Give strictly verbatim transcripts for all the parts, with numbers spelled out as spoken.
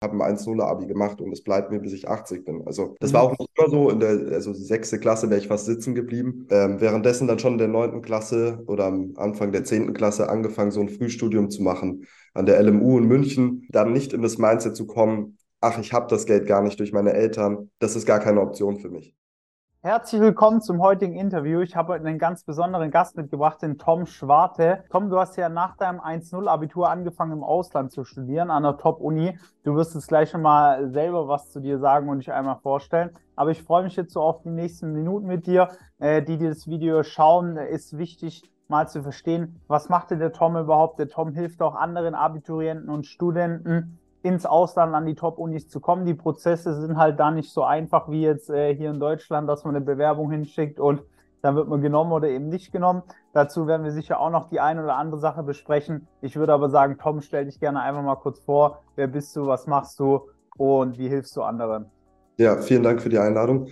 habe ein eins null Abi gemacht und es bleibt mir, bis ich achtzig bin. Also das war Mhm. auch nicht immer so. In der, also sechste Klasse wäre ich fast sitzen geblieben. Ähm, währenddessen dann schon in der neunten Klasse oder am Anfang der zehnten Klasse angefangen, so ein Frühstudium zu machen an der L M U in München. Dann nicht in das Mindset zu kommen, ach, ich habe das Geld gar nicht durch meine Eltern. Das ist gar keine Option für mich. Herzlich willkommen zum heutigen Interview. Ich habe heute einen ganz besonderen Gast mitgebracht, den Tom Schwarte. Tom, du hast ja nach deinem eins null Abitur angefangen, im Ausland zu studieren, an der Top-Uni. Du wirst jetzt gleich schon mal selber was zu dir sagen und dich einmal vorstellen. Aber ich freue mich jetzt so auf die nächsten Minuten mit dir. Äh, die, die das Video schauen, ist wichtig, mal zu verstehen, was macht denn der Tom überhaupt? Der Tom hilft auch anderen Abiturienten und Studenten, ins Ausland an die Top-Unis zu kommen. Die Prozesse sind halt da nicht so einfach wie jetzt äh, hier in Deutschland, dass man eine Bewerbung hinschickt und dann wird man genommen oder eben nicht genommen. Dazu werden wir sicher auch noch die eine oder andere Sache besprechen. Ich würde aber sagen, Tom, stell dich gerne einfach mal kurz vor. Wer bist du, was machst du und wie hilfst du anderen? Ja, vielen Dank für die Einladung.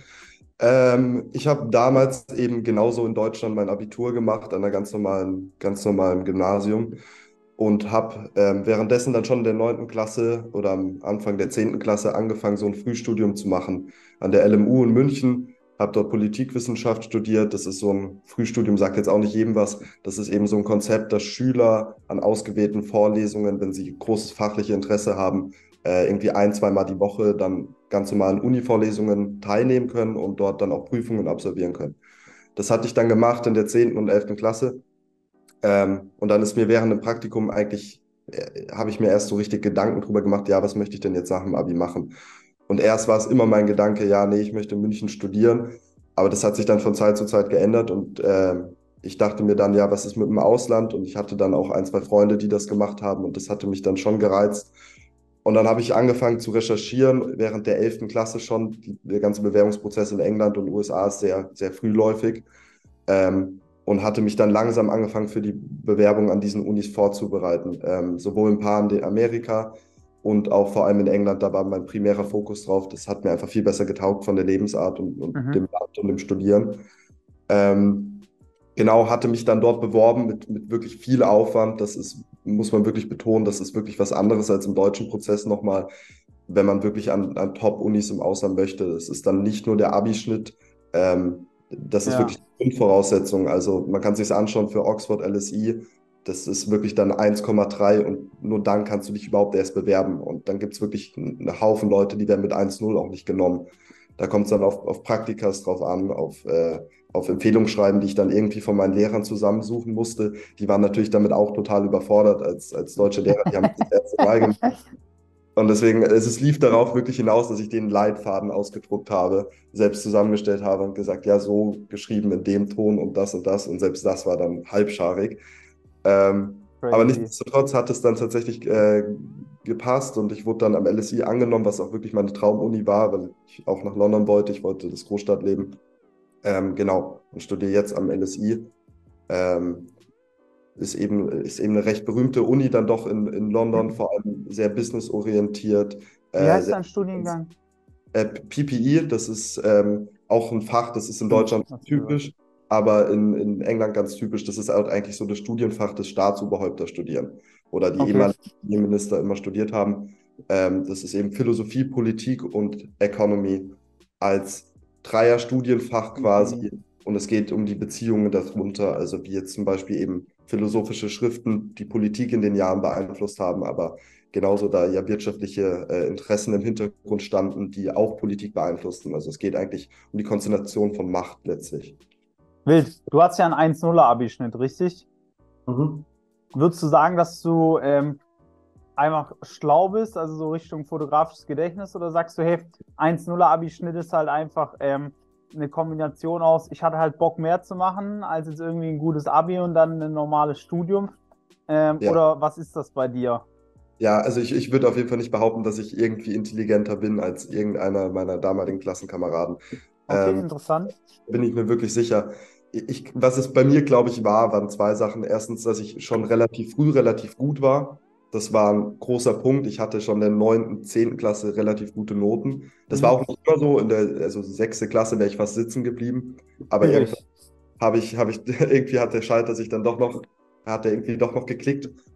Ähm, ich habe damals eben genauso in Deutschland mein Abitur gemacht, an einer ganz normalen, ganz normalen Gymnasium und habe ähm, währenddessen dann schon in der neunten Klasse oder am Anfang der zehnten Klasse angefangen, so ein Frühstudium zu machen an der L M U in München. Habe dort Politikwissenschaft studiert. Das ist so ein Frühstudium, sagt jetzt auch nicht jedem was. Das ist eben so ein Konzept, dass Schüler an ausgewählten Vorlesungen, wenn sie großes fachliches Interesse haben, äh, irgendwie ein, zweimal die Woche dann ganz normalen Uni-Vorlesungen teilnehmen können und dort dann auch Prüfungen absolvieren können. Das hatte ich dann gemacht in der zehnten und elften Klasse. Ähm, und dann ist mir während dem Praktikum eigentlich, äh, habe ich mir erst so richtig Gedanken drüber gemacht, ja, was möchte ich denn jetzt nach dem Abi machen? Und erst war es immer mein Gedanke, ja, nee, ich möchte in München studieren. Aber das hat sich dann von Zeit zu Zeit geändert und ähm, ich dachte mir dann, ja, was ist mit dem Ausland? Und ich hatte dann auch ein, zwei Freunde, die das gemacht haben und das hatte mich dann schon gereizt. Und dann habe ich angefangen zu recherchieren, während der elften Klasse schon. Die, der ganze Bewerbungsprozess in England und U S A ist sehr, sehr frühläufig. Ähm, und hatte mich dann langsam angefangen, für die Bewerbung an diesen Unis vorzubereiten. Ähm, sowohl ein paar in Amerika und auch vor allem in England, da war mein primärer Fokus drauf. Das hat mir einfach viel besser getaugt von der Lebensart und, und dem Mhm. Land und dem Studieren. Ähm, genau, hatte mich dann dort beworben mit, mit wirklich viel Aufwand. Das ist, muss man wirklich betonen, das ist wirklich was anderes als im deutschen Prozess nochmal, wenn man wirklich an, an Top-Unis im Ausland möchte. Es ist dann nicht nur der Abischnitt, ähm, das ist Ja, wirklich die Grundvoraussetzung. Also man kann sich anschauen für Oxford L S I, das ist wirklich dann eins Komma drei und nur dann kannst du dich überhaupt erst bewerben. Und dann gibt es wirklich einen Haufen Leute, die werden mit eins null auch nicht genommen. Da kommt es dann auf, auf Praktikas drauf an, auf, äh, auf Empfehlungsschreiben, die ich dann irgendwie von meinen Lehrern zusammensuchen musste. Die waren natürlich damit auch total überfordert als, als deutsche Lehrer. Die haben das das erste Mal gemacht. Und deswegen, es, es lief darauf wirklich hinaus, dass ich den Leitfaden ausgedruckt habe, selbst zusammengestellt habe und gesagt, ja, so geschrieben in dem Ton und das und das. Und selbst das war dann halbscharig. Ähm, aber crazy. nichtsdestotrotz hat es dann tatsächlich äh, gepasst und ich wurde dann am L S I angenommen, was auch wirklich meine Traumuni war, weil ich auch nach London wollte. Ich wollte das Großstadtleben. Ähm, genau, und studiere jetzt am L S I. Ähm, ist eben, ist eben eine recht berühmte Uni dann doch in, in London, vor allem sehr businessorientiert. Wie Äh, heißt sehr, dein Studiengang? äh, P P E, das ist ähm, auch ein Fach, das ist in Hm, Deutschland hast du gehört. typisch, aber in, in England ganz typisch. Das ist halt eigentlich so das Studienfach, das Staatsoberhäupter studieren oder die Okay. ehemaligen Premierminister immer studiert haben. Ähm, das ist eben Philosophie, Politik und Economy als Dreier-Studienfach P P E. quasi. Und es geht um die Beziehungen darunter, also wie jetzt zum Beispiel eben philosophische Schriften, die Politik in den Jahren beeinflusst haben, aber genauso da ja wirtschaftliche äh, Interessen im Hintergrund standen, die auch Politik beeinflussten. Also es geht eigentlich um die Konzentration von Macht letztlich. Wild. Du hast ja einen eins null Abischnitt, richtig? Mhm. Würdest du sagen, dass du ähm, einfach schlau bist, also so Richtung fotografisches Gedächtnis, oder sagst du, hey, eins null Abischnitt ist halt einfach ähm, eine Kombination aus, ich hatte halt Bock mehr zu machen, als jetzt irgendwie ein gutes Abi und dann ein normales Studium? Ähm, Ja, oder was ist das bei dir? ja, also ich, ich würde auf jeden Fall nicht behaupten, dass ich irgendwie intelligenter bin als irgendeiner meiner damaligen Klassenkameraden. Okay, Ähm, interessant. bin ich mir wirklich sicher. Ich, was es bei mir, glaube ich, war, waren zwei Sachen. Erstens, dass ich schon relativ früh relativ gut war. Das war ein großer Punkt. Ich hatte schon in der neunten, zehnten Klasse relativ gute Noten. Das war Mhm. auch nicht immer so. In der, also sechste Klasse wäre ich fast sitzen geblieben. Aber irgendwann Schwierig. habe ich, habe ich, irgendwie hat der Schalter sich dann doch noch, hat er irgendwie doch noch geklickt.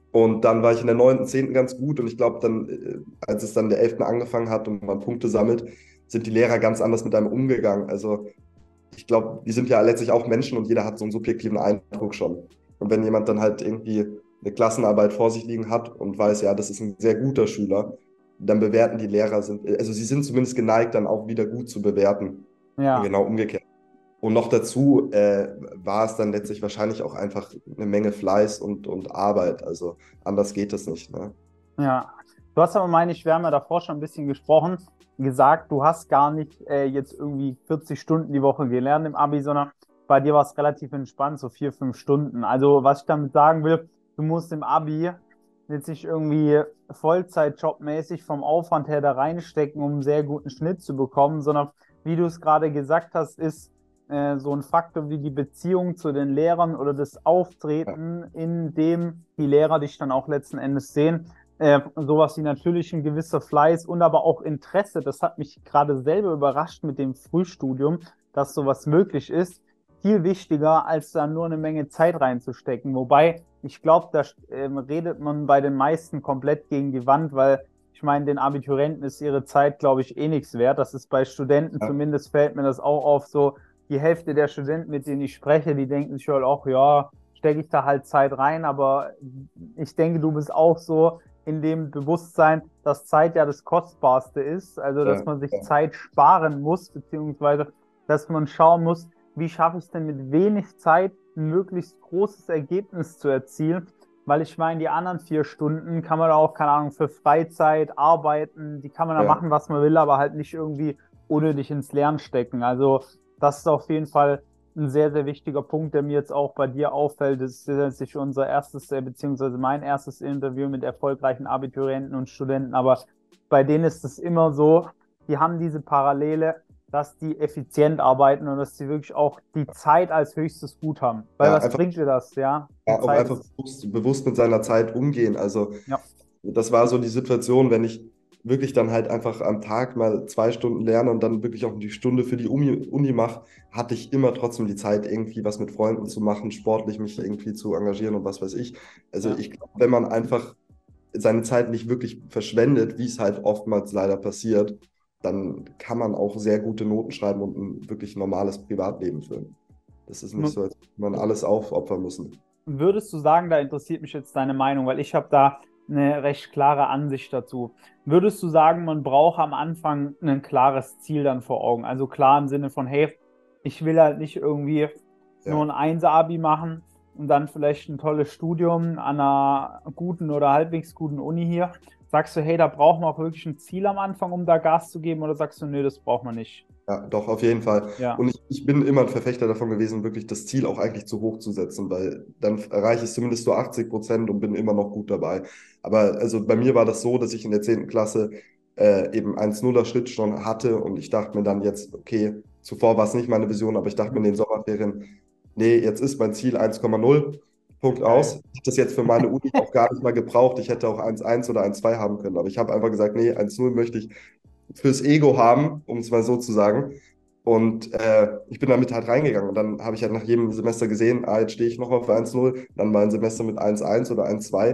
Und dann war ich in der neunten, zehnten ganz gut und ich glaube dann, äh, als es dann in der elften angefangen hat und man Punkte sammelt, sind die Lehrer ganz anders mit einem umgegangen. Also ich glaube, die sind ja letztlich auch Menschen und jeder hat so einen subjektiven Eindruck schon. Und wenn jemand dann halt irgendwie eine Klassenarbeit vor sich liegen hat und weiß, ja, das ist ein sehr guter Schüler, dann bewerten die Lehrer, sind, also sie sind zumindest geneigt, dann auch wieder gut zu bewerten. Und Ja. genau umgekehrt. Und noch dazu äh, war es dann letztlich wahrscheinlich auch einfach eine Menge Fleiß und, und Arbeit. Also anders geht es nicht. Ne? Ja, du hast aber, meine ich, wir haben ja davor schon ein bisschen gesprochen, gesagt, du hast gar nicht äh, jetzt irgendwie vierzig Stunden die Woche gelernt im Abi, sondern bei dir war es relativ entspannt, so vier, fünf Stunden. Also, was ich damit sagen will, du musst im Abi jetzt nicht irgendwie Vollzeitjobmäßig vom Aufwand her da reinstecken, um einen sehr guten Schnitt zu bekommen, sondern wie du es gerade gesagt hast, ist äh, so ein Faktor wie die Beziehung zu den Lehrern oder das Ja, Auftreten, in dem die Lehrer dich dann auch letzten Endes sehen. Äh, sowas wie natürlich ein gewisser Fleiß und aber auch Interesse. Das hat mich gerade selber überrascht mit dem Frühstudium, dass sowas möglich ist. Viel wichtiger, als da nur eine Menge Zeit reinzustecken. Wobei, ich glaube, da ähm, redet man bei den meisten komplett gegen die Wand, weil ich meine, den Abiturienten ist ihre Zeit, glaube ich, eh nichts wert. Das ist bei Studenten, ja, zumindest fällt mir das auch auf, so die Hälfte der Studenten, mit denen ich spreche, die denken sich halt auch, ja, stecke ich da halt Zeit rein, aber ich denke, du bist auch so in dem Bewusstsein, dass Zeit ja das Kostbarste ist, also dass ja, man sich ja, Zeit sparen muss, beziehungsweise dass man schauen muss, wie schaffe ich es denn mit wenig Zeit ein möglichst großes Ergebnis zu erzielen, weil ich meine, die anderen vier Stunden kann man auch, keine Ahnung, für Freizeit arbeiten, die kann man da ja. machen, was man will, aber halt nicht irgendwie unnötig ins Lernen stecken. Also das ist auf jeden Fall ein sehr, sehr wichtiger Punkt, der mir jetzt auch bei dir auffällt. Das ist letztlich unser erstes, äh, beziehungsweise mein erstes Interview mit erfolgreichen Abiturienten und Studenten. Aber bei denen ist es immer so, die haben diese Parallele, dass die effizient arbeiten und dass sie wirklich auch die Zeit als höchstes Gut haben. Weil Ja, was einfach, bringt dir das, ja? Die ja, auch Zeit einfach ist, bewusst, bewusst mit seiner Zeit umgehen. Also ja, das war so die Situation, wenn ich wirklich dann halt einfach am Tag mal zwei Stunden lerne und dann wirklich auch die Stunde für die Uni, Uni mache, hatte ich immer trotzdem die Zeit, irgendwie was mit Freunden zu machen, sportlich mich irgendwie zu engagieren und was weiß ich. Also ja. ich glaube, wenn man einfach seine Zeit nicht wirklich verschwendet, wie es halt oftmals leider passiert, dann kann man auch sehr gute Noten schreiben und ein wirklich normales Privatleben führen. Das ist nicht so, als würde man alles aufopfern müssen. Würdest du sagen, da interessiert mich jetzt deine Meinung, weil ich habe da eine recht klare Ansicht dazu. Würdest du sagen, man braucht am Anfang ein klares Ziel dann vor Augen? Also klar im Sinne von, hey, ich will halt nicht irgendwie nur Ja. ein Einser-Abi machen und dann vielleicht ein tolles Studium an einer guten oder halbwegs guten Uni hier. Sagst du, hey, da braucht man auch wirklich ein Ziel am Anfang, um da Gas zu geben, oder sagst du, nee, das braucht man nicht? Ja, doch, auf jeden Fall. Ja, Und ich, ich bin immer ein Verfechter davon gewesen, wirklich das Ziel auch eigentlich zu hoch zu setzen, weil dann erreiche ich zumindest so achtzig Prozent und bin immer noch gut dabei. Aber also bei mir war das so, dass ich in der zehnten Klasse äh, eben eins null Schritt schon hatte und ich dachte mir dann jetzt, okay, zuvor war es nicht meine Vision, aber ich dachte mir in den Sommerferien, nee, jetzt ist mein Ziel eins Komma null, Punkt aus. geil. Ich hätte das jetzt für meine Uni auch gar nicht mal gebraucht. Ich hätte auch eins Komma eins oder eins Komma zwei haben können, aber ich habe einfach gesagt, nee, eins Komma null möchte ich fürs Ego haben, um es mal so zu sagen. Und äh, ich bin damit halt reingegangen. Und dann habe ich halt nach jedem Semester gesehen, ah, jetzt stehe ich noch auf eins null, dann mal ein Semester mit eins eins oder eins zwei.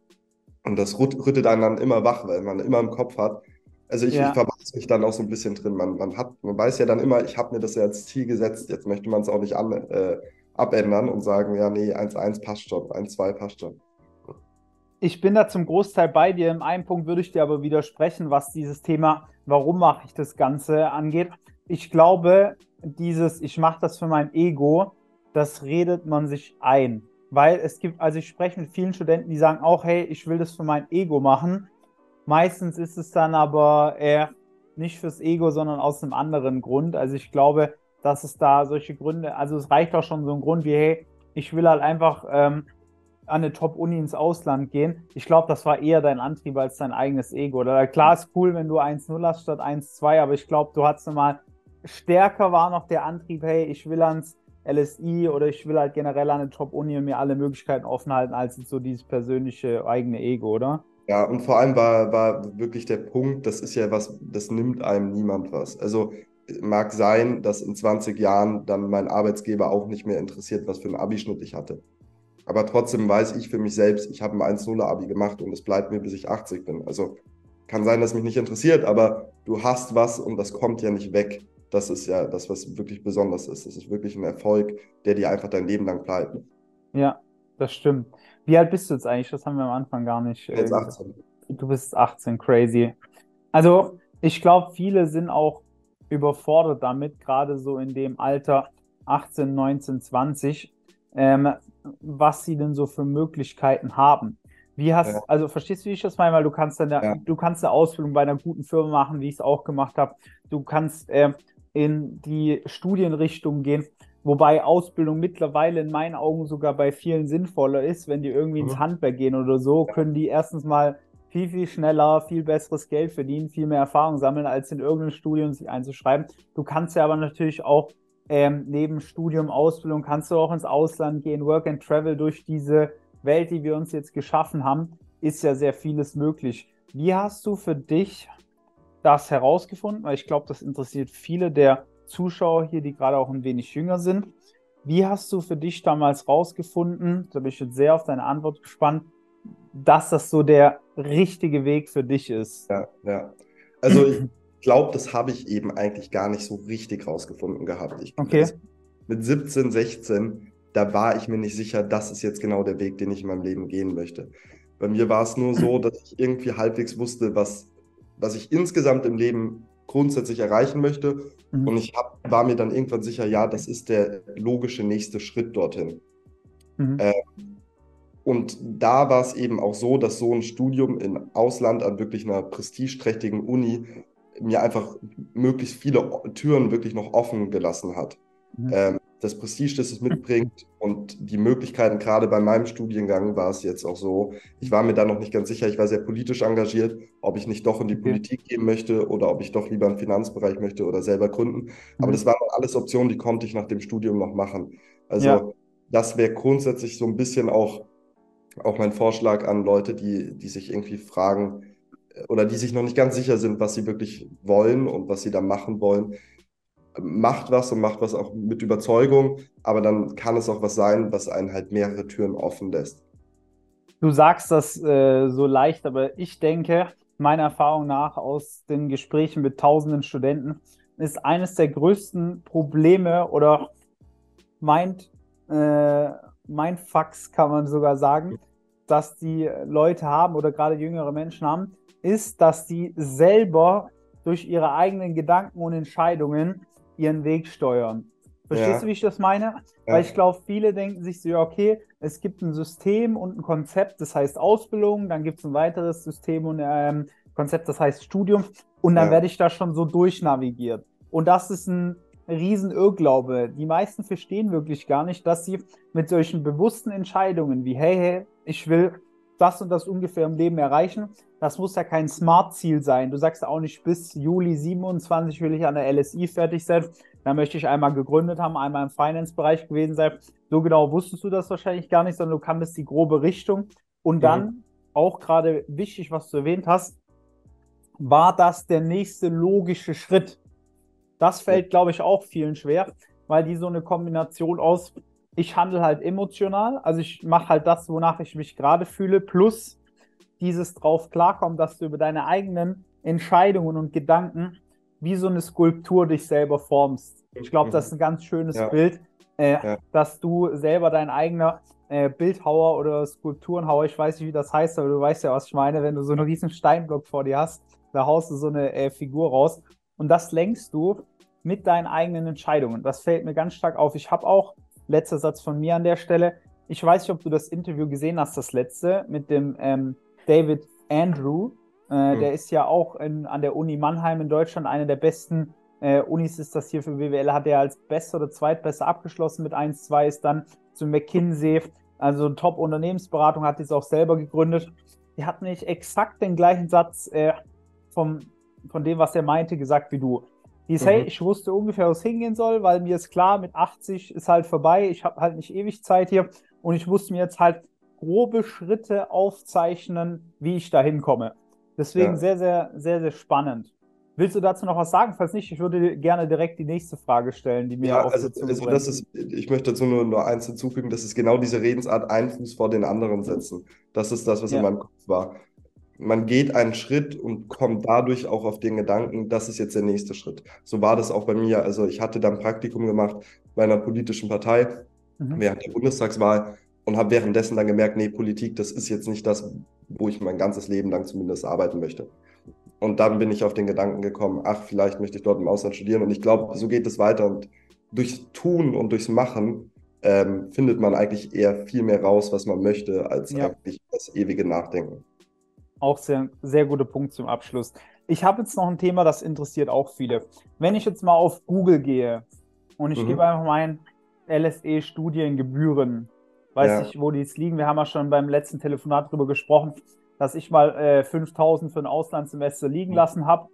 Und das rüt- rüttelt einen dann immer wach, weil man immer im Kopf hat. Also ich, ich Ja. verbeiße mich dann auch so ein bisschen drin. Man, man hat, man weiß ja dann immer, ich habe mir das ja als Ziel gesetzt, jetzt möchte man es auch nicht an, äh, abändern und sagen, ja, nee, eins eins passt schon, eins zwei passt schon. Ich bin da zum Großteil bei dir. In einem Punkt würde ich dir aber widersprechen, was dieses Thema, warum mache ich das Ganze angeht. Ich glaube, dieses, ich mache das für mein Ego, das redet man sich ein. Weil es gibt, also ich spreche mit vielen Studenten, die sagen auch, hey, ich will das für mein Ego machen. Meistens ist es dann aber eher nicht fürs Ego, sondern aus einem anderen Grund. Also ich glaube, dass es da solche Gründe, also es reicht auch schon so ein Grund wie, hey, ich will halt einfach ähm, an eine Top-Uni ins Ausland gehen. Ich glaube, das war eher dein Antrieb als dein eigenes Ego. Oder klar ist cool, wenn du eins null hast statt eins zwei, aber ich glaube, du hattest mal stärker war noch der Antrieb, hey, ich will ans L S I oder ich will halt generell an eine Top-Uni und mir alle Möglichkeiten offen halten, als jetzt so dieses persönliche eigene Ego, oder? Ja, und vor allem war, war wirklich der Punkt, das ist ja was, das nimmt einem niemand was. Also mag sein, dass in zwanzig Jahren dann mein Arbeitsgeber auch nicht mehr interessiert, was für einen Abischnitt ich hatte. Aber trotzdem weiß ich für mich selbst, ich habe ein eins null Abi gemacht und es bleibt mir, bis ich achtzig bin. Also kann sein, dass mich nicht interessiert, aber du hast was und das kommt ja nicht weg. Das ist ja das, was wirklich besonders ist. Das ist wirklich ein Erfolg, der dir einfach dein Leben lang bleibt. Ja, das stimmt. Wie alt bist du jetzt eigentlich? Das haben wir am Anfang gar nicht Ich bin äh, jetzt gesagt. achtzehn. Du bist achtzehn, crazy. Also, ich glaube, viele sind auch überfordert damit, gerade so in dem Alter achtzehn, neunzehn, zwanzig, ähm, was sie denn so für Möglichkeiten haben. Wie Ja, hast, also verstehst du, wie ich das meine? Weil du kannst dann, ja. du kannst eine Ausbildung bei einer guten Firma machen, wie ich es auch gemacht habe. Du kannst ähm, in die Studienrichtung gehen, wobei Ausbildung mittlerweile in meinen Augen sogar bei vielen sinnvoller ist, wenn die irgendwie ins Mhm. Handwerk gehen oder so, können die erstens mal viel, viel schneller, viel besseres Geld verdienen, viel mehr Erfahrung sammeln, als in irgendein Studium sich einzuschreiben. Du kannst ja aber natürlich auch ähm, neben Studium, Ausbildung, kannst du auch ins Ausland gehen, Work and Travel. Durch diese Welt, die wir uns jetzt geschaffen haben, ist ja sehr vieles möglich. Wie hast du für dich das herausgefunden? Weil ich glaube, das interessiert viele der Zuschauer hier, die gerade auch ein wenig jünger sind. Wie hast du für dich damals herausgefunden, da bin ich jetzt sehr auf deine Antwort gespannt, dass das so der richtige Weg für dich ist? Ja, ja. Also ich glaube, das habe ich eben eigentlich gar nicht so richtig rausgefunden gehabt. Ich, Okay. also mit siebzehn, sechzehn, da war ich mir nicht sicher, das ist jetzt genau der Weg, den ich in meinem Leben gehen möchte. Bei mir war es nur so, dass ich irgendwie halbwegs wusste, was, was ich insgesamt im Leben grundsätzlich erreichen möchte. Mhm. Und ich hab, war mir dann irgendwann sicher, ja, das ist der logische nächste Schritt dorthin. Mhm. Äh, und da war es eben auch so, dass so ein Studium im Ausland an wirklich einer prestigeträchtigen Uni mir einfach möglichst viele Türen wirklich noch offen gelassen hat. Mhm. Ähm, das Prestige, das es mitbringt und die Möglichkeiten, gerade bei meinem Studiengang war es jetzt auch so, ich war mir da noch nicht ganz sicher, ich war sehr politisch engagiert, ob ich nicht doch in die Okay. Politik gehen möchte oder ob ich doch lieber im Finanzbereich möchte oder selber gründen. Aber Mhm. das waren alles Optionen, die konnte ich nach dem Studium noch machen. Ja. Also das wäre grundsätzlich so ein bisschen auch auch mein Vorschlag an Leute, die, die sich irgendwie fragen äh, oder die sich noch nicht ganz sicher sind, was sie wirklich wollen und was sie da machen wollen. Macht was und macht was auch mit Überzeugung, aber dann kann es auch was sein, was einen halt mehrere Türen offen lässt. Du sagst das äh, so leicht, aber ich denke, meiner Erfahrung nach aus den Gesprächen mit tausenden Studenten, ist eines der größten Probleme oder Mind, äh, Mindfucks, kann man sogar sagen, dass die Leute haben oder gerade jüngere Menschen haben, ist, dass die selber durch ihre eigenen Gedanken und Entscheidungen ihren Weg steuern. Verstehst du, wie Ja, ich das meine? Weil ich ja, glaube, viele denken sich so, ja, okay, es gibt ein System und ein Konzept, das heißt Ausbildung, dann gibt es ein weiteres System und ähm, Konzept, das heißt Studium, und dann ja, werde ich da schon so durchnavigiert. Und das ist ein Riesenirrglaube. Die meisten verstehen wirklich gar nicht, dass sie mit solchen bewussten Entscheidungen wie, hey, hey, ich will das und das ungefähr im Leben erreichen. Das muss ja kein Smart-Ziel sein. Du sagst auch nicht, bis Juli siebenundzwanzig will ich an der L S I fertig sein. Da möchte ich einmal gegründet haben, einmal im Finance-Bereich gewesen sein. So genau wusstest du das wahrscheinlich gar nicht, sondern du kanntest die grobe Richtung. Und mhm, dann, auch gerade wichtig, was du erwähnt hast, war das der nächste logische Schritt. Das ja, fällt, glaube ich, auch vielen schwer, weil die so eine Kombination aus, ich handle halt emotional, also ich mache halt das, wonach ich mich gerade fühle, plus dieses drauf klarkommen, dass du über deine eigenen Entscheidungen und Gedanken wie so eine Skulptur dich selber formst. Ich glaube, das ist mhm, ein ganz schönes ja, Bild, äh, ja, dass du selber dein eigener äh, Bildhauer oder Skulpturenhauer, ich weiß nicht, wie das heißt, aber du weißt ja, was ich meine, wenn du so einen riesen Steinblock vor dir hast, da haust du so eine äh, Figur raus und das lenkst du mit deinen eigenen Entscheidungen. Das fällt mir ganz stark auf. Ich habe auch, letzter Satz von mir an der Stelle, ich weiß nicht, ob du das Interview gesehen hast, das letzte, mit dem ähm, David Andrew. Äh, mhm, der ist ja auch in, an der Uni Mannheim in Deutschland, eine der besten äh, Unis ist das hier für B W L, hat er als bester oder zweitbester abgeschlossen mit eins zwei, ist dann zu McKinsey, also Top-Unternehmensberatung, hat dies auch selber gegründet. Die hat nicht exakt den gleichen Satz äh, vom, von dem, was er meinte, gesagt wie du. Die ist, hey, mhm, ich wusste ungefähr, wo es hingehen soll, weil mir ist klar, mit achtzig ist halt vorbei, ich habe halt nicht ewig Zeit hier und ich musste mir jetzt halt grobe Schritte aufzeichnen, wie ich da hinkomme. Deswegen ja. sehr, sehr, sehr, sehr spannend. Willst du dazu noch was sagen? Falls nicht, ich würde gerne direkt die nächste Frage stellen, die mir Ja, auf also, der Zunge also brennt. das ist, ich möchte dazu nur, nur eins hinzufügen, das ist genau diese Redensart, einen Fuß vor den anderen setzen. Das ist das, was in Ja, meinem Kopf war. Man geht einen Schritt und kommt dadurch auch auf den Gedanken, das ist jetzt der nächste Schritt. So war das auch bei mir. Also ich hatte dann Praktikum gemacht bei einer politischen Partei mhm. während der Bundestagswahl und habe währenddessen dann gemerkt, nee, Politik, das ist jetzt nicht das, wo ich mein ganzes Leben lang zumindest arbeiten möchte. Und dann bin ich auf den Gedanken gekommen, ach, vielleicht möchte ich dort im Ausland studieren. Und ich glaube, so geht es weiter. Und durchs Tun und durchs Machen ähm, findet man eigentlich eher viel mehr raus, was man möchte, als Ja, eigentlich das ewige Nachdenken. auch sehr, sehr guter Punkt zum Abschluss. Ich habe jetzt noch ein Thema, das interessiert auch viele. Wenn ich jetzt mal auf Google gehe und ich gebe Mhm. einfach mein L S E-Studiengebühren, weiß Ja, ich, wo die jetzt liegen. Wir haben ja schon beim letzten Telefonat darüber gesprochen, dass ich mal äh, fünftausend für ein Auslandssemester liegen lassen habe,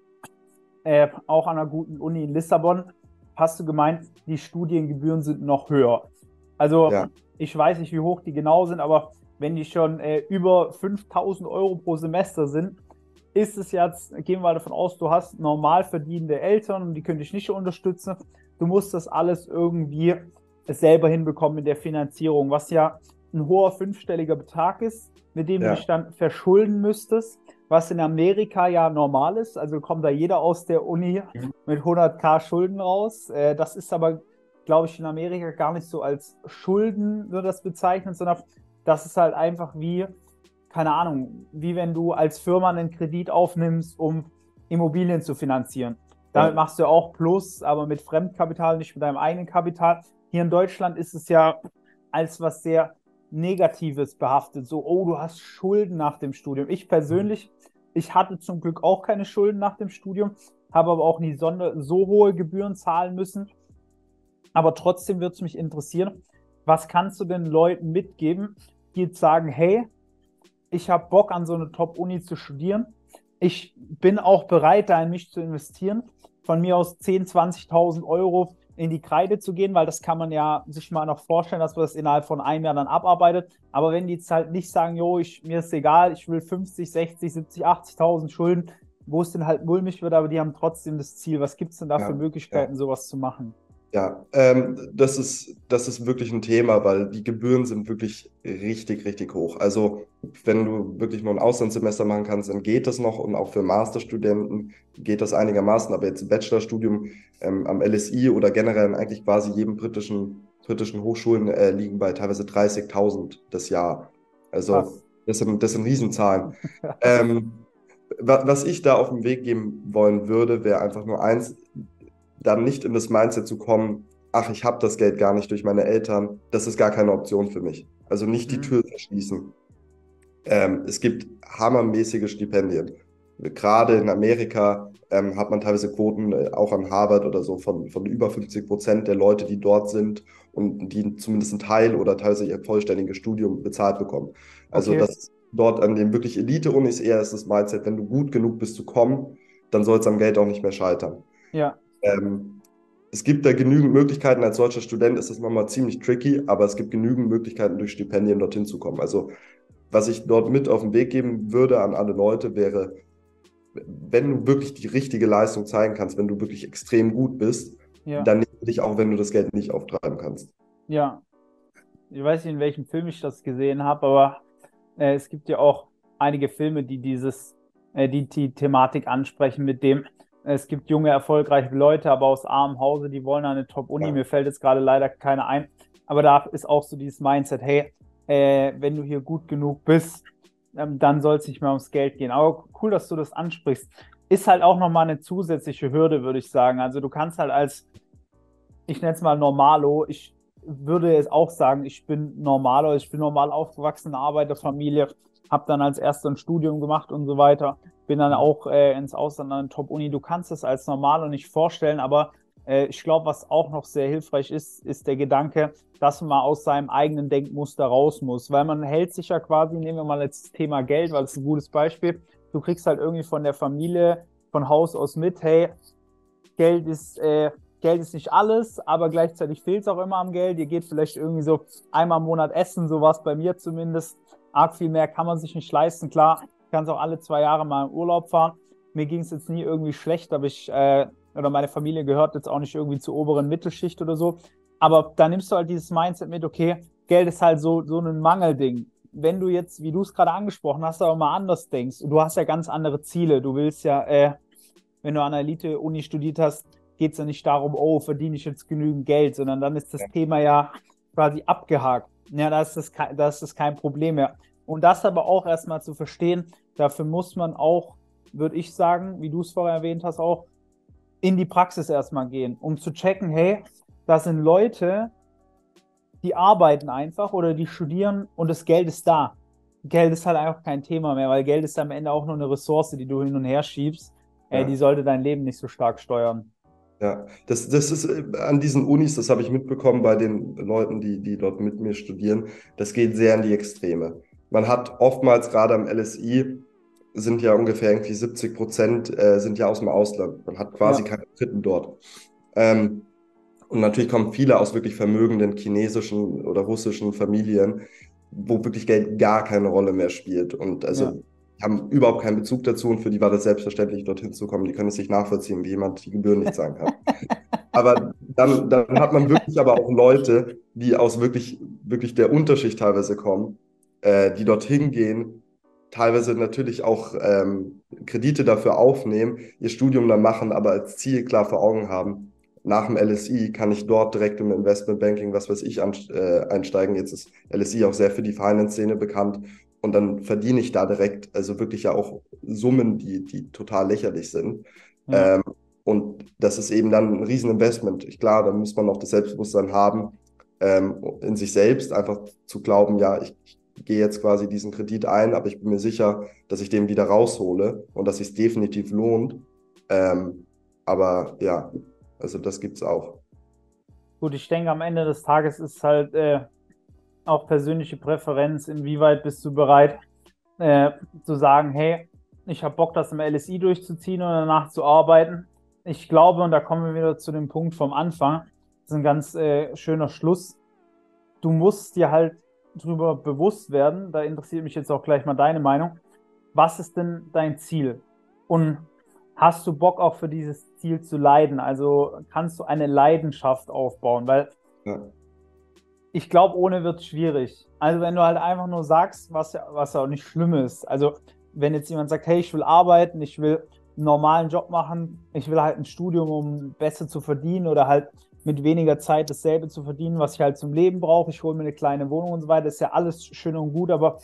äh, auch an einer guten Uni in Lissabon. Hast du gemeint, die Studiengebühren sind noch höher? Also ja, ich weiß nicht, wie hoch die genau sind, aber wenn die schon äh, über fünftausend Euro pro Semester sind, ist es jetzt, gehen wir davon aus, du hast normal verdienende Eltern und die können dich nicht unterstützen. Du musst das alles irgendwie selber hinbekommen in der Finanzierung, was ja ein hoher fünfstelliger Betrag ist, mit dem du dich ja, dann verschulden müsstest, was in Amerika ja normal ist. Also kommt da jeder aus der Uni mit hunderttausend Schulden raus. Äh, Das ist aber, glaube ich, in Amerika gar nicht so als Schulden wird das bezeichnet, sondern das ist halt einfach wie, keine Ahnung, wie wenn du als Firma einen Kredit aufnimmst, um Immobilien zu finanzieren. Damit ja, machst du auch Plus, aber mit Fremdkapital, nicht mit deinem eigenen Kapital. Hier in Deutschland ist es ja als was sehr Negatives behaftet. So, oh, du hast Schulden nach dem Studium. Ich persönlich, ich hatte zum Glück auch keine Schulden nach dem Studium, habe aber auch nie sonder so hohe Gebühren zahlen müssen. Aber trotzdem würde es mich interessieren, was kannst du den Leuten mitgeben, die jetzt sagen, hey, ich habe Bock an so eine Top-Uni zu studieren. Ich bin auch bereit, da in mich zu investieren. Von mir aus zehntausend, zwanzigtausend Euro in die Kreide zu gehen, weil das kann man ja sich mal noch vorstellen, dass man das innerhalb von einem Jahr dann abarbeitet. Aber wenn die jetzt halt nicht sagen, jo, ich, mir ist egal, ich will fünfzig, sechzig, siebzig, achtzigtausend Schulden, wo es denn halt mulmig wird, aber die haben trotzdem das Ziel. Was gibt es denn da für ja, ja. Möglichkeiten, sowas zu machen? Ja, ähm, das ist, das ist wirklich ein Thema, weil die Gebühren sind wirklich richtig, richtig hoch. Also wenn du wirklich nur ein Auslandssemester machen kannst, dann geht das noch und auch für Masterstudenten geht das einigermaßen, aber jetzt im Bachelorstudium ähm, am L S I oder generell in eigentlich quasi jedem britischen, britischen Hochschulen äh, liegen bei teilweise dreißigtausend das Jahr. Also Krass. das sind, das sind Riesenzahlen. Ähm, wa- was ich da auf den Weg geben wollen würde, wäre einfach nur eins, dann nicht in das Mindset zu kommen, ach, ich habe das Geld gar nicht durch meine Eltern, das ist gar keine Option für mich. Also nicht die Mhm. Tür verschließen. Ähm, es gibt hammermäßige Stipendien. Gerade in Amerika ähm, hat man teilweise Quoten, äh, auch an Harvard oder so, von, von über fünfzig Prozent der Leute, die dort sind und die zumindest einen Teil oder teilweise ihr vollständiges Studium bezahlt bekommen. Also Okay, das ist dort an den wirklich Elite-Unis eher ist das Mindset, wenn du gut genug bist zu kommen, dann soll es am Geld auch nicht mehr scheitern. ja, Ähm, Es gibt da genügend Möglichkeiten. Als deutscher Student ist das manchmal ziemlich tricky, aber es gibt genügend Möglichkeiten, durch Stipendien dorthin zu kommen. Also, was ich dort mit auf den Weg geben würde an alle Leute, wäre, wenn du wirklich die richtige Leistung zeigen kannst, wenn du wirklich extrem gut bist, ja, dann nimm dich auch, wenn du das Geld nicht auftreiben kannst. ja. Ich weiß nicht, in welchem Film ich das gesehen habe, aber äh, es gibt ja auch einige Filme, die dieses, äh, die die Thematik ansprechen, mit dem äh, es gibt junge, erfolgreiche Leute, aber aus armem Hause, die wollen eine Top-Uni. Ja, Mir fällt jetzt gerade leider keine ein, aber da ist auch so dieses Mindset, hey, äh, wenn du hier gut genug bist, ähm, dann soll es nicht mehr ums Geld gehen. Aber cool, dass du das ansprichst. Ist halt auch nochmal eine zusätzliche Hürde, würde ich sagen. Also du kannst halt als ich nenne es mal Normalo. Ich würde jetzt auch sagen, ich bin Normalo, ich bin normal aufgewachsen in einer Arbeiterfamilie, habe dann als erstes ein Studium gemacht und so weiter, bin dann auch äh, ins Ausland an eine Top-Uni. Du kannst es als Normalo nicht vorstellen, aber äh, ich glaube, was auch noch sehr hilfreich ist, ist der Gedanke, dass man mal aus seinem eigenen Denkmuster raus muss, weil man hält sich ja quasi, nehmen wir mal jetzt das Thema Geld, weil das ist ein gutes Beispiel, du kriegst halt irgendwie von der Familie von Haus aus mit, hey, Geld ist, äh, Geld ist nicht alles, aber gleichzeitig fehlt es auch immer am Geld. Ihr geht vielleicht irgendwie so einmal im Monat essen, sowas bei mir zumindest. Arg viel mehr kann man sich nicht leisten. Klar, kannst auch alle zwei Jahre mal in Urlaub fahren. mir ging es jetzt nie irgendwie schlecht, aber ich, äh, oder meine Familie gehört jetzt auch nicht irgendwie zur oberen Mittelschicht oder so. Aber da nimmst du halt dieses Mindset mit, okay, Geld ist halt so, so ein Mangelding. Wenn du jetzt, wie du es gerade angesprochen hast, aber mal anders denkst, du hast ja ganz andere Ziele. Du willst ja, äh, wenn du an einer Elite-Uni studiert hast, geht es ja nicht darum, oh, verdiene ich jetzt genügend Geld, sondern dann ist das Thema ja quasi abgehakt. Ja, da ist das, da ist das kein Problem mehr. Und das aber auch erstmal zu verstehen, dafür muss man auch, würde ich sagen, wie du es vorher erwähnt hast, auch in die Praxis erstmal gehen, um zu checken, hey, das sind Leute, die arbeiten einfach oder die studieren und das Geld ist da. Geld ist halt einfach kein Thema mehr, weil Geld ist am Ende auch nur eine Ressource, die du hin und her schiebst. Äh, die Ja. sollte dein Leben nicht so stark steuern. Ja, das, das ist äh, an diesen Unis, das habe ich mitbekommen bei den Leuten, die, die dort mit mir studieren, das geht sehr in die Extreme. Man hat oftmals gerade am L S I sind ja ungefähr irgendwie siebzig Prozent äh, sind ja aus dem Ausland. Man hat quasi Ja, keine Dritten dort. Ähm, und natürlich kommen viele aus wirklich vermögenden chinesischen oder russischen Familien, wo wirklich Geld gar keine Rolle mehr spielt. Und ja, also haben überhaupt keinen Bezug dazu und für die war das selbstverständlich, dorthin zu kommen. Die können es nicht nachvollziehen, wie jemand die Gebühren nicht zahlen kann. Aber dann, dann hat man wirklich aber auch Leute, die aus wirklich, wirklich der Unterschicht teilweise kommen, äh, die dorthin gehen, teilweise natürlich auch ähm, Kredite dafür aufnehmen, ihr Studium dann machen, aber als Ziel klar vor Augen haben. Nach dem L S I kann ich dort direkt im Investmentbanking, was weiß ich, an, äh, einsteigen. Jetzt ist L S I auch sehr für die Finance-Szene bekannt. Und dann verdiene ich da direkt, also wirklich ja auch Summen, die, die total lächerlich sind. ja, Ähm, und das ist eben dann ein Rieseninvestment. Ich, klar, da muss man auch das Selbstbewusstsein haben, ähm, in sich selbst einfach zu glauben, ja, ich, ich gehe jetzt quasi diesen Kredit ein, aber ich bin mir sicher, dass ich den wieder raushole und dass es sich definitiv lohnt. Ähm, aber ja, also das gibt es auch. gut, ich denke, am Ende des Tages ist halt äh, auch persönliche Präferenz, inwieweit bist du bereit äh, zu sagen, hey, ich habe Bock, das im L S I durchzuziehen und danach zu arbeiten. Ich glaube, und da kommen wir wieder zu dem Punkt vom Anfang, das ist ein ganz äh, schöner Schluss. Du musst dir halt darüber bewusst werden, da interessiert mich jetzt auch gleich mal deine Meinung, was ist denn dein Ziel? Und hast du Bock auch für dieses Ziel zu leiden? Also kannst du eine Leidenschaft aufbauen? Weil Ja, ich glaube, ohne wird es schwierig. Also wenn du halt einfach nur sagst, was ja, was ja auch nicht schlimm ist. Also wenn jetzt jemand sagt, hey, ich will arbeiten, ich will einen normalen Job machen, ich will halt ein Studium, um besser zu verdienen oder halt mit weniger Zeit dasselbe zu verdienen, was ich halt zum Leben brauche. Ich hole mir eine kleine Wohnung und so weiter. Das ist ja alles schön und gut, aber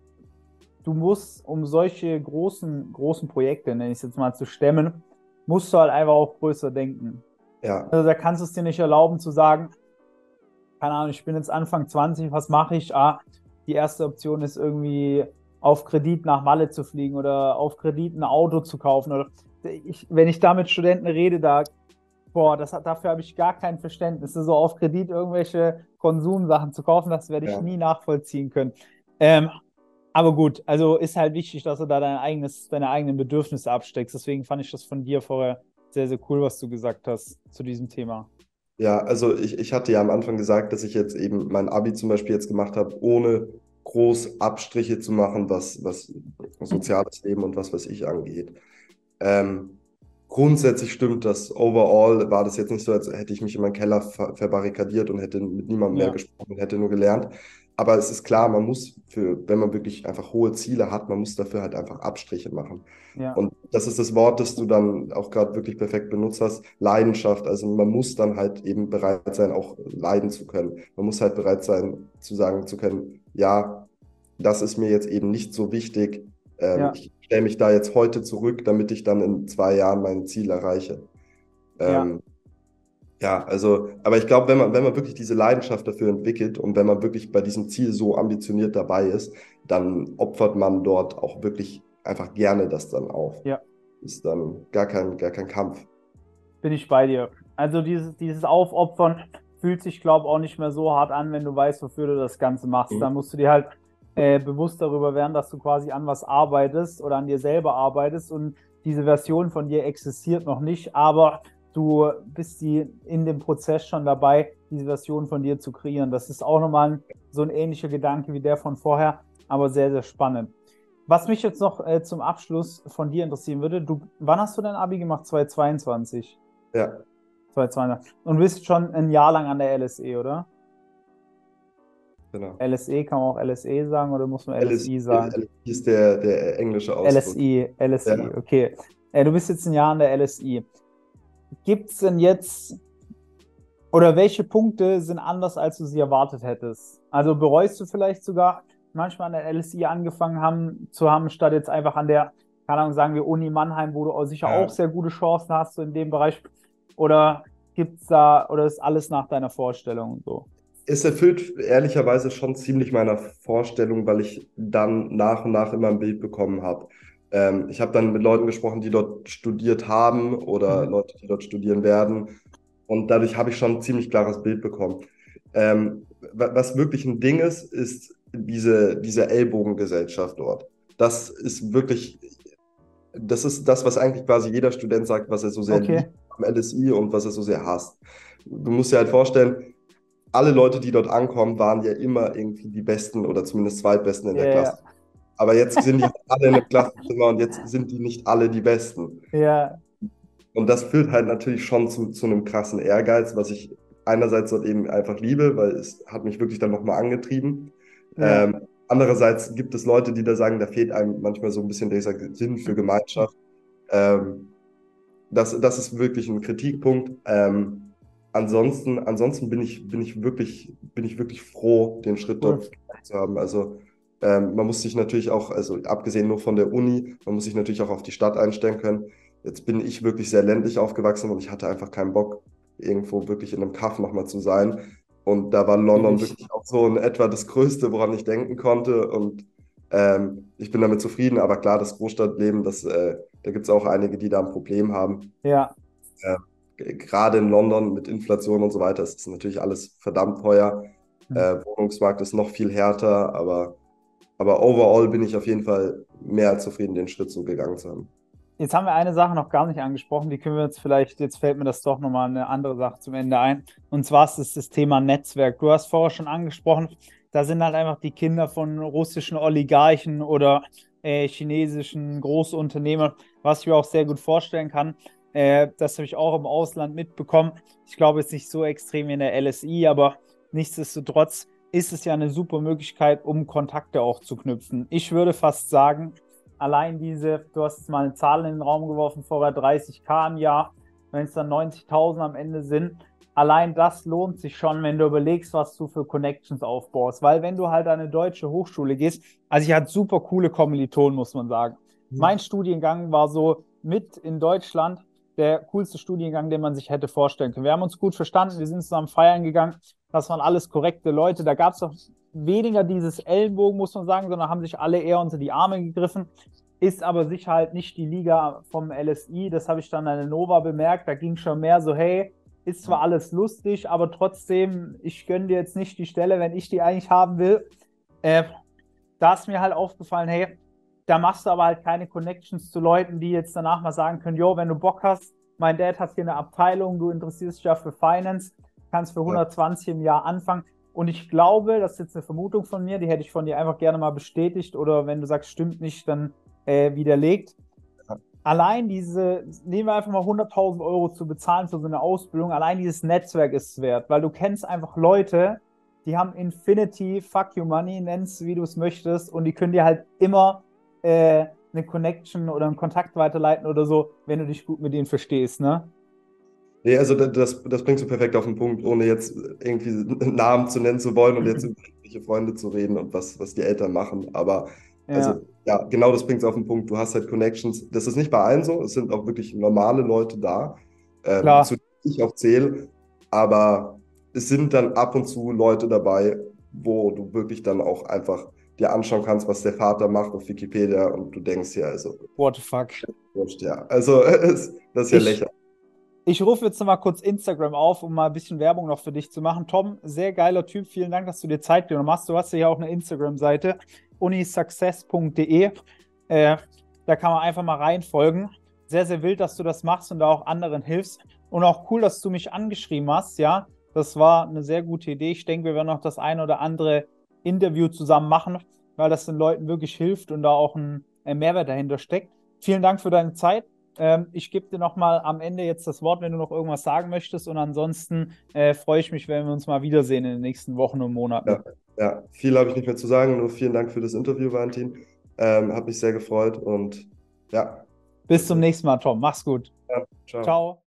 du musst, um solche großen, großen Projekte, nenne ich es jetzt mal, zu stemmen, musst du halt einfach auch größer denken. ja, Also da kannst du es dir nicht erlauben zu sagen, keine Ahnung, ich bin jetzt Anfang zwanzig, was mache ich? Ah, die erste Option ist irgendwie auf Kredit nach Malle zu fliegen oder auf Kredit ein Auto zu kaufen. Oder ich, wenn ich da mit Studenten rede, da, boah, das, dafür habe ich gar kein Verständnis. So auf Kredit irgendwelche Konsumsachen zu kaufen, das werde ich ja. nie nachvollziehen können. Ähm, aber gut, also ist halt wichtig, dass du da dein eigenes, deine eigenen Bedürfnisse absteckst. Deswegen fand ich das von dir vorher sehr, sehr cool, was du gesagt hast zu diesem Thema. Ja, also ich, ich hatte ja am Anfang gesagt, dass ich jetzt eben mein Abi zum Beispiel jetzt gemacht habe, ohne groß Abstriche zu machen, was, was soziales Leben und was weiß ich angeht. Ähm, grundsätzlich stimmt das. Overall war das jetzt nicht so, als hätte ich mich in meinen Keller ver verbarrikadiert und hätte mit niemandem mehr Ja, gesprochen und hätte nur gelernt. Aber es ist klar, man muss für, wenn man wirklich einfach hohe Ziele hat, man muss dafür halt einfach Abstriche machen. ja, Und das ist das Wort, das du dann auch gerade wirklich perfekt benutzt hast, Leidenschaft. Also man muss dann halt eben bereit sein, auch leiden zu können. Man muss halt bereit sein, zu sagen zu können, ja, das ist mir jetzt eben nicht so wichtig. Ähm, ja, ich stelle mich da jetzt heute zurück, damit ich dann in zwei Jahren mein Ziel erreiche. ja. Ähm, ja, also, aber ich glaube, wenn man, wenn man wirklich diese Leidenschaft dafür entwickelt und wenn man wirklich bei diesem Ziel so ambitioniert dabei ist, dann opfert man dort auch wirklich einfach gerne das dann auf. Ja, Ist dann gar kein, gar kein Kampf. bin ich bei dir. Also dieses, dieses Aufopfern fühlt sich, glaube ich, auch nicht mehr so hart an, wenn du weißt, wofür du das Ganze machst. Da Mhm. musst du dir halt äh, bewusst darüber werden, dass du quasi an was arbeitest oder an dir selber arbeitest und diese Version von dir existiert noch nicht, aber du bist die in dem Prozess schon dabei, diese Version von dir zu kreieren. Das ist auch nochmal ein, so ein ähnlicher Gedanke wie der von vorher, aber sehr, sehr spannend. Was mich jetzt noch äh, zum Abschluss von dir interessieren würde, du, wann hast du dein Abi gemacht? zweitausendzweiundzwanzig? Ja, zweitausendzweiundzwanzig. Und du bist schon ein Jahr lang an der L S E, oder? genau. L S E, kann man auch L S E sagen oder muss man L S, L S I sagen? L S I ist der, der englische Ausdruck. L S I, L S I, Ja. okay. Äh, du bist jetzt ein Jahr an der L S I. Gibt es denn jetzt, oder welche Punkte sind anders, als du sie erwartet hättest? Also bereust du vielleicht sogar, manchmal an der L S I angefangen haben, zu haben, statt jetzt einfach an der, keine Ahnung, sagen wir Uni Mannheim, wo du auch sicher auch Ja. sehr gute Chancen hast, so in dem Bereich? Oder gibt's da, oder ist alles nach deiner Vorstellung und so? Es erfüllt ehrlicherweise schon ziemlich meiner Vorstellung, weil ich dann nach und nach immer ein Bild bekommen habe. Ähm, ich habe dann mit Leuten gesprochen, die dort studiert haben oder Mhm. Leute, die dort studieren werden. Und dadurch habe ich schon ein ziemlich klares Bild bekommen. Ähm, wa- was wirklich ein Ding ist, ist diese, diese Ellbogengesellschaft dort. Das ist wirklich, das ist das, was eigentlich quasi jeder Student sagt, was er so sehr Okay. liebt am L S I und was er so sehr hasst. Du musst dir halt vorstellen, alle Leute, die dort ankommen, waren ja immer irgendwie die Besten oder zumindest Zweitbesten in Ja, der ja, Klasse. Aber jetzt sind die halt alle in einem Klassenzimmer und jetzt sind die nicht alle die Besten. ja, Und das führt halt natürlich schon zu, zu einem krassen Ehrgeiz, was ich einerseits dort eben einfach liebe, weil es hat mich wirklich dann nochmal angetrieben. ja, Ähm, andererseits gibt es Leute, die da sagen, da fehlt einem manchmal so ein bisschen dieser Sinn für Gemeinschaft. Ähm, das, das ist wirklich ein Kritikpunkt. Ähm, ansonsten, ansonsten bin ich, bin ich wirklich, bin ich wirklich froh, den Schritt cool. dort gemacht zu haben. Also ähm, man muss sich natürlich auch, also abgesehen nur von der Uni, man muss sich natürlich auch auf die Stadt einstellen können. Jetzt bin ich wirklich sehr ländlich aufgewachsen und ich hatte einfach keinen Bock, irgendwo wirklich in einem Kaff nochmal zu sein. Und da war London Natürlich. wirklich auch so in etwa das Größte, woran ich denken konnte. Und ähm, ich bin damit zufrieden, aber klar, das Großstadtleben, das, äh, da gibt es auch einige, die da ein Problem haben. Ja, Äh, Gerade in London mit Inflation und so weiter ist es natürlich alles verdammt teuer. hm. Äh, Wohnungsmarkt ist noch viel härter, aber, aber overall bin ich auf jeden Fall mehr als zufrieden, den Schritt so gegangen zu haben. Jetzt haben wir eine Sache noch gar nicht angesprochen, die können wir jetzt vielleicht, jetzt fällt mir das doch nochmal eine andere Sache zum Ende ein. Und zwar ist es das Thema Netzwerk. Du hast vorher schon angesprochen, da sind halt einfach die Kinder von russischen Oligarchen oder äh, chinesischen Großunternehmern, was ich mir auch sehr gut vorstellen kann. Äh, das habe ich auch im Ausland mitbekommen. Ich glaube, es ist nicht so extrem wie in der L S I, aber nichtsdestotrotz ist es ja eine super Möglichkeit, um Kontakte auch zu knüpfen. Ich würde fast sagen, allein diese, du hast jetzt mal eine Zahl in den Raum geworfen, vorher dreißigtausend im Jahr, wenn es dann neunzigtausend am Ende sind, allein das lohnt sich schon, wenn du überlegst, was du für Connections aufbaust. Weil wenn du halt an eine deutsche Hochschule gehst, also ich hatte super coole Kommilitonen, muss man sagen. Mein Studiengang war so mit in Deutschland der coolste Studiengang, den man sich hätte vorstellen können. Wir haben uns gut verstanden, wir sind zusammen feiern gegangen, das waren alles korrekte Leute, da gab es auch weniger dieses Ellenbogen, muss man sagen, sondern haben sich alle eher unter die Arme gegriffen. Ist aber sicher halt nicht die Liga vom L S I. Das habe ich dann an der Nova bemerkt. Da ging schon mehr so, hey, ist zwar alles lustig, aber trotzdem, ich gönne dir jetzt nicht die Stelle, wenn ich die eigentlich haben will. Äh, da ist mir halt aufgefallen, hey, da machst du aber halt keine Connections zu Leuten, die jetzt danach mal sagen können, jo, wenn du Bock hast, mein Dad hat hier eine Abteilung, du interessierst dich ja für Finance, kannst für Ja. hundertzwanzig im Jahr anfangen. Und ich glaube, das ist jetzt eine Vermutung von mir, die hätte ich von dir einfach gerne mal bestätigt oder wenn du sagst, stimmt nicht, dann äh, widerlegt. Allein diese, nehmen wir einfach mal hunderttausend Euro zu bezahlen für so eine Ausbildung, allein dieses Netzwerk ist es wert, weil du kennst einfach Leute, die haben Infinity, Fuck You Money, nenn's wie du es möchtest und die können dir halt immer äh, eine Connection oder einen Kontakt weiterleiten oder so, wenn du dich gut mit ihnen verstehst, ne? Nee, also da- das, das bringst du perfekt auf den Punkt, ohne jetzt irgendwie einen Namen zu nennen zu wollen und jetzt über irgendwelche Freunde zu reden und was, was die Eltern machen. Aber Ja, also ja, genau das bringt es auf den Punkt. Du hast halt Connections. Das ist nicht bei allen so. Es sind auch wirklich normale Leute da, ähm, klar. zu denen ich auch zähle. Aber es sind dann ab und zu Leute dabei, wo du wirklich dann auch einfach dir anschauen kannst, was der Vater macht auf Wikipedia und du denkst ja, also, What the fuck. wurscht, ja. Also, es, das ist ja Ich, lächerlich. Ich rufe jetzt noch mal kurz Instagram auf, um mal ein bisschen Werbung noch für dich zu machen. Tom, sehr geiler Typ. Vielen Dank, dass du dir Zeit genommen hast. Du hast ja hier auch eine Instagram-Seite, unisuccess punkt de. Äh, da kann man einfach mal reinfolgen. Sehr, sehr wild, dass du das machst und da auch anderen hilfst. Und auch cool, dass du mich angeschrieben hast. Ja, das war eine sehr gute Idee. Ich denke, wir werden noch das ein oder andere Interview zusammen machen, weil das den Leuten wirklich hilft und da auch ein, ein Mehrwert dahinter steckt. Vielen Dank für deine Zeit. Ähm, ich gebe dir nochmal am Ende jetzt das Wort, wenn du noch irgendwas sagen möchtest. Und ansonsten äh, freue ich mich, wenn wir uns mal wiedersehen in den nächsten Wochen und Monaten. Ja, ja. Viel habe ich nicht mehr zu sagen, nur vielen Dank für das Interview, Valentin. Ähm, hat mich sehr gefreut und ja, Bis zum nächsten Mal, Tom. Mach's gut. ja, ciao. Ciao.